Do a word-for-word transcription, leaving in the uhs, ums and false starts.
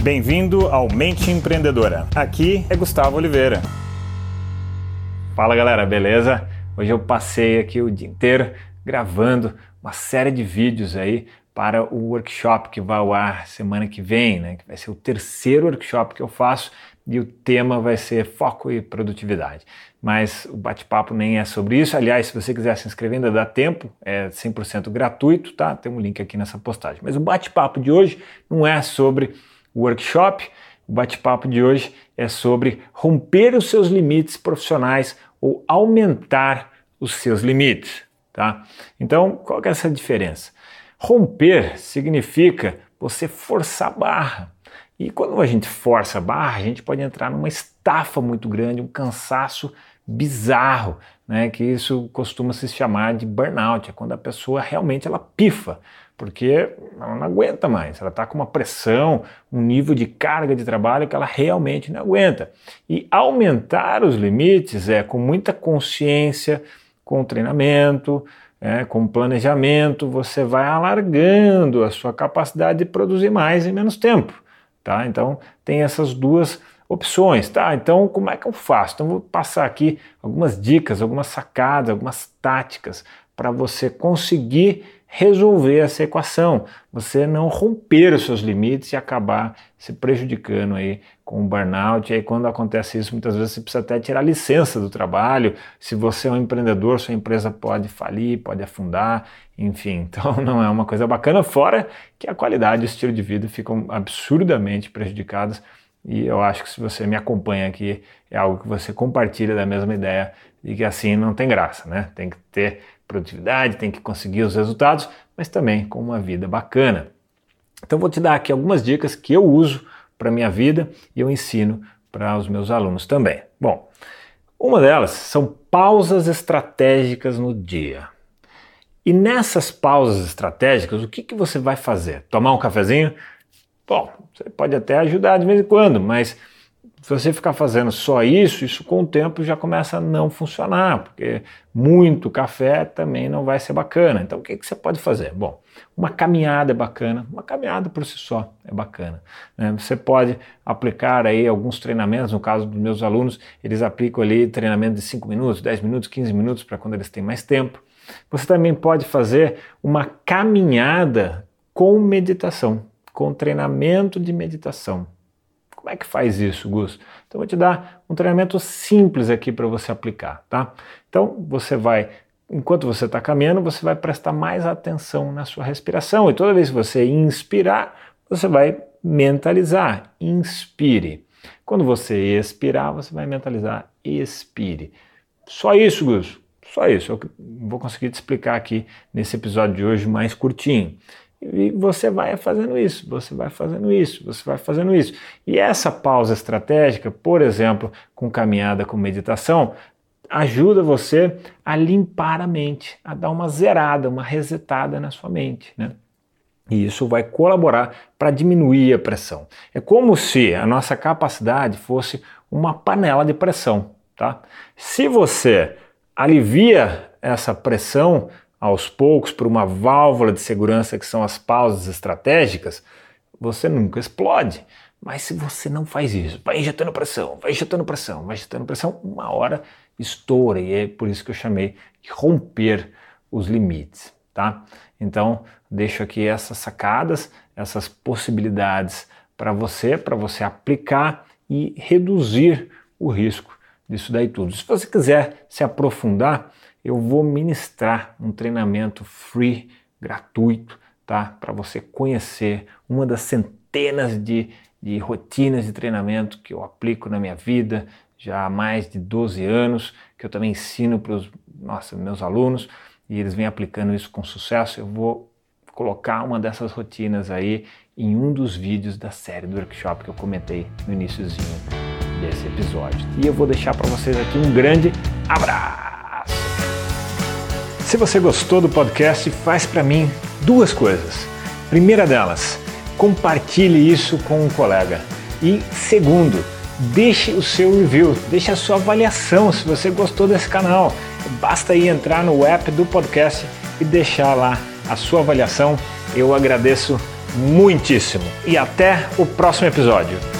Bem-vindo ao Mente Empreendedora. Aqui é Gustavo Oliveira. Fala galera, beleza? Hoje eu passei aqui o dia inteiro gravando uma série de vídeos aí para o workshop que vai ao ar semana que vem, né? Que vai ser o terceiro workshop que eu faço e o tema vai ser foco e produtividade. Mas o bate-papo nem é sobre isso. Aliás, se você quiser se inscrever ainda dá tempo, é cem por cento gratuito, tá? Tem um link aqui nessa postagem. Mas o bate-papo de hoje não é sobre o workshop, o bate-papo de hoje é sobre romper os seus limites profissionais ou aumentar os seus limites, tá? Então, qual que é essa diferença? Romper significa você forçar a barra. E quando a gente força a barra, a gente pode entrar numa estafa muito grande, um cansaço bizarro, né? Que isso costuma se chamar de burnout, é quando a pessoa realmente ela pifa, porque ela não aguenta mais, ela está com uma pressão, um nível de carga de trabalho que ela realmente não aguenta. E aumentar os limites é com muita consciência, com treinamento, é, com planejamento, você vai alargando a sua capacidade de produzir mais em menos tempo. Tá? Então tem essas duas opções, tá? Então como é que eu faço? Então vou passar aqui algumas dicas, algumas sacadas, algumas táticas para você conseguir resolver essa equação, você não romper os seus limites e acabar se prejudicando aí com o burnout. E aí quando acontece isso, muitas vezes você precisa até tirar licença do trabalho. Se você é um empreendedor, sua empresa pode falir, pode afundar, enfim, então não é uma coisa bacana, fora que a qualidade e o estilo de vida ficam absurdamente prejudicados. E eu acho que se você me acompanha aqui, é algo que você compartilha da mesma ideia e que assim não tem graça, né? Tem que ter produtividade, tem que conseguir os resultados, mas também com uma vida bacana. Então vou te dar aqui algumas dicas que eu uso para a minha vida e eu ensino para os meus alunos também. Bom, uma delas são pausas estratégicas no dia. E nessas pausas estratégicas, o que, que você vai fazer? Tomar um cafezinho? Bom, você pode até ajudar de vez em quando, mas se você ficar fazendo só isso, isso com o tempo já começa a não funcionar, porque muito café também não vai ser bacana. Então o que, que você pode fazer? Bom, uma caminhada é bacana, uma caminhada por si só é bacana, né? Você pode aplicar aí alguns treinamentos, no caso dos meus alunos, eles aplicam ali treinamento de cinco minutos, dez minutos, quinze minutos para quando eles têm mais tempo. Você também pode fazer uma caminhada com meditação, com treinamento de meditação. Como é que faz isso, Gus? Então eu vou te dar um treinamento simples aqui para você aplicar, tá? Então você vai, enquanto você está caminhando, você vai prestar mais atenção na sua respiração e toda vez que você inspirar, você vai mentalizar, inspire. Quando você expirar, você vai mentalizar, expire. Só isso, Gus, só isso. Eu vou conseguir te explicar aqui nesse episódio de hoje mais curtinho. E você vai fazendo isso, você vai fazendo isso, você vai fazendo isso. E essa pausa estratégica, por exemplo, com caminhada, com meditação, ajuda você a limpar a mente, a dar uma zerada, uma resetada na sua mente, né? E isso vai colaborar para diminuir a pressão. É como se a nossa capacidade fosse uma panela de pressão, tá? Se você alivia essa pressão aos poucos por uma válvula de segurança que são as pausas estratégicas, você nunca explode. Mas se você não faz isso, vai injetando pressão, vai injetando pressão, vai injetando pressão, uma hora estoura, e é por isso que eu chamei de romper os limites, tá? Então, deixo aqui essas sacadas, essas possibilidades para você, para você aplicar e reduzir o risco disso daí tudo. Se você quiser se aprofundar, eu vou ministrar um treinamento free, gratuito, tá? Para você conhecer uma das centenas de, de rotinas de treinamento que eu aplico na minha vida já há mais de doze anos, que eu também ensino para os nossa, meus alunos e eles vêm aplicando isso com sucesso. Eu vou colocar uma dessas rotinas aí em um dos vídeos da série do workshop que eu comentei no iniciozinho desse episódio. E eu vou deixar para vocês aqui um grande abraço! Se você gostou do podcast, faz para mim duas coisas. Primeira delas, compartilhe isso com um colega. E segundo, deixe o seu review, deixe a sua avaliação se você gostou desse canal. Basta aí entrar no app do podcast e deixar lá a sua avaliação. Eu agradeço muitíssimo. E até o próximo episódio.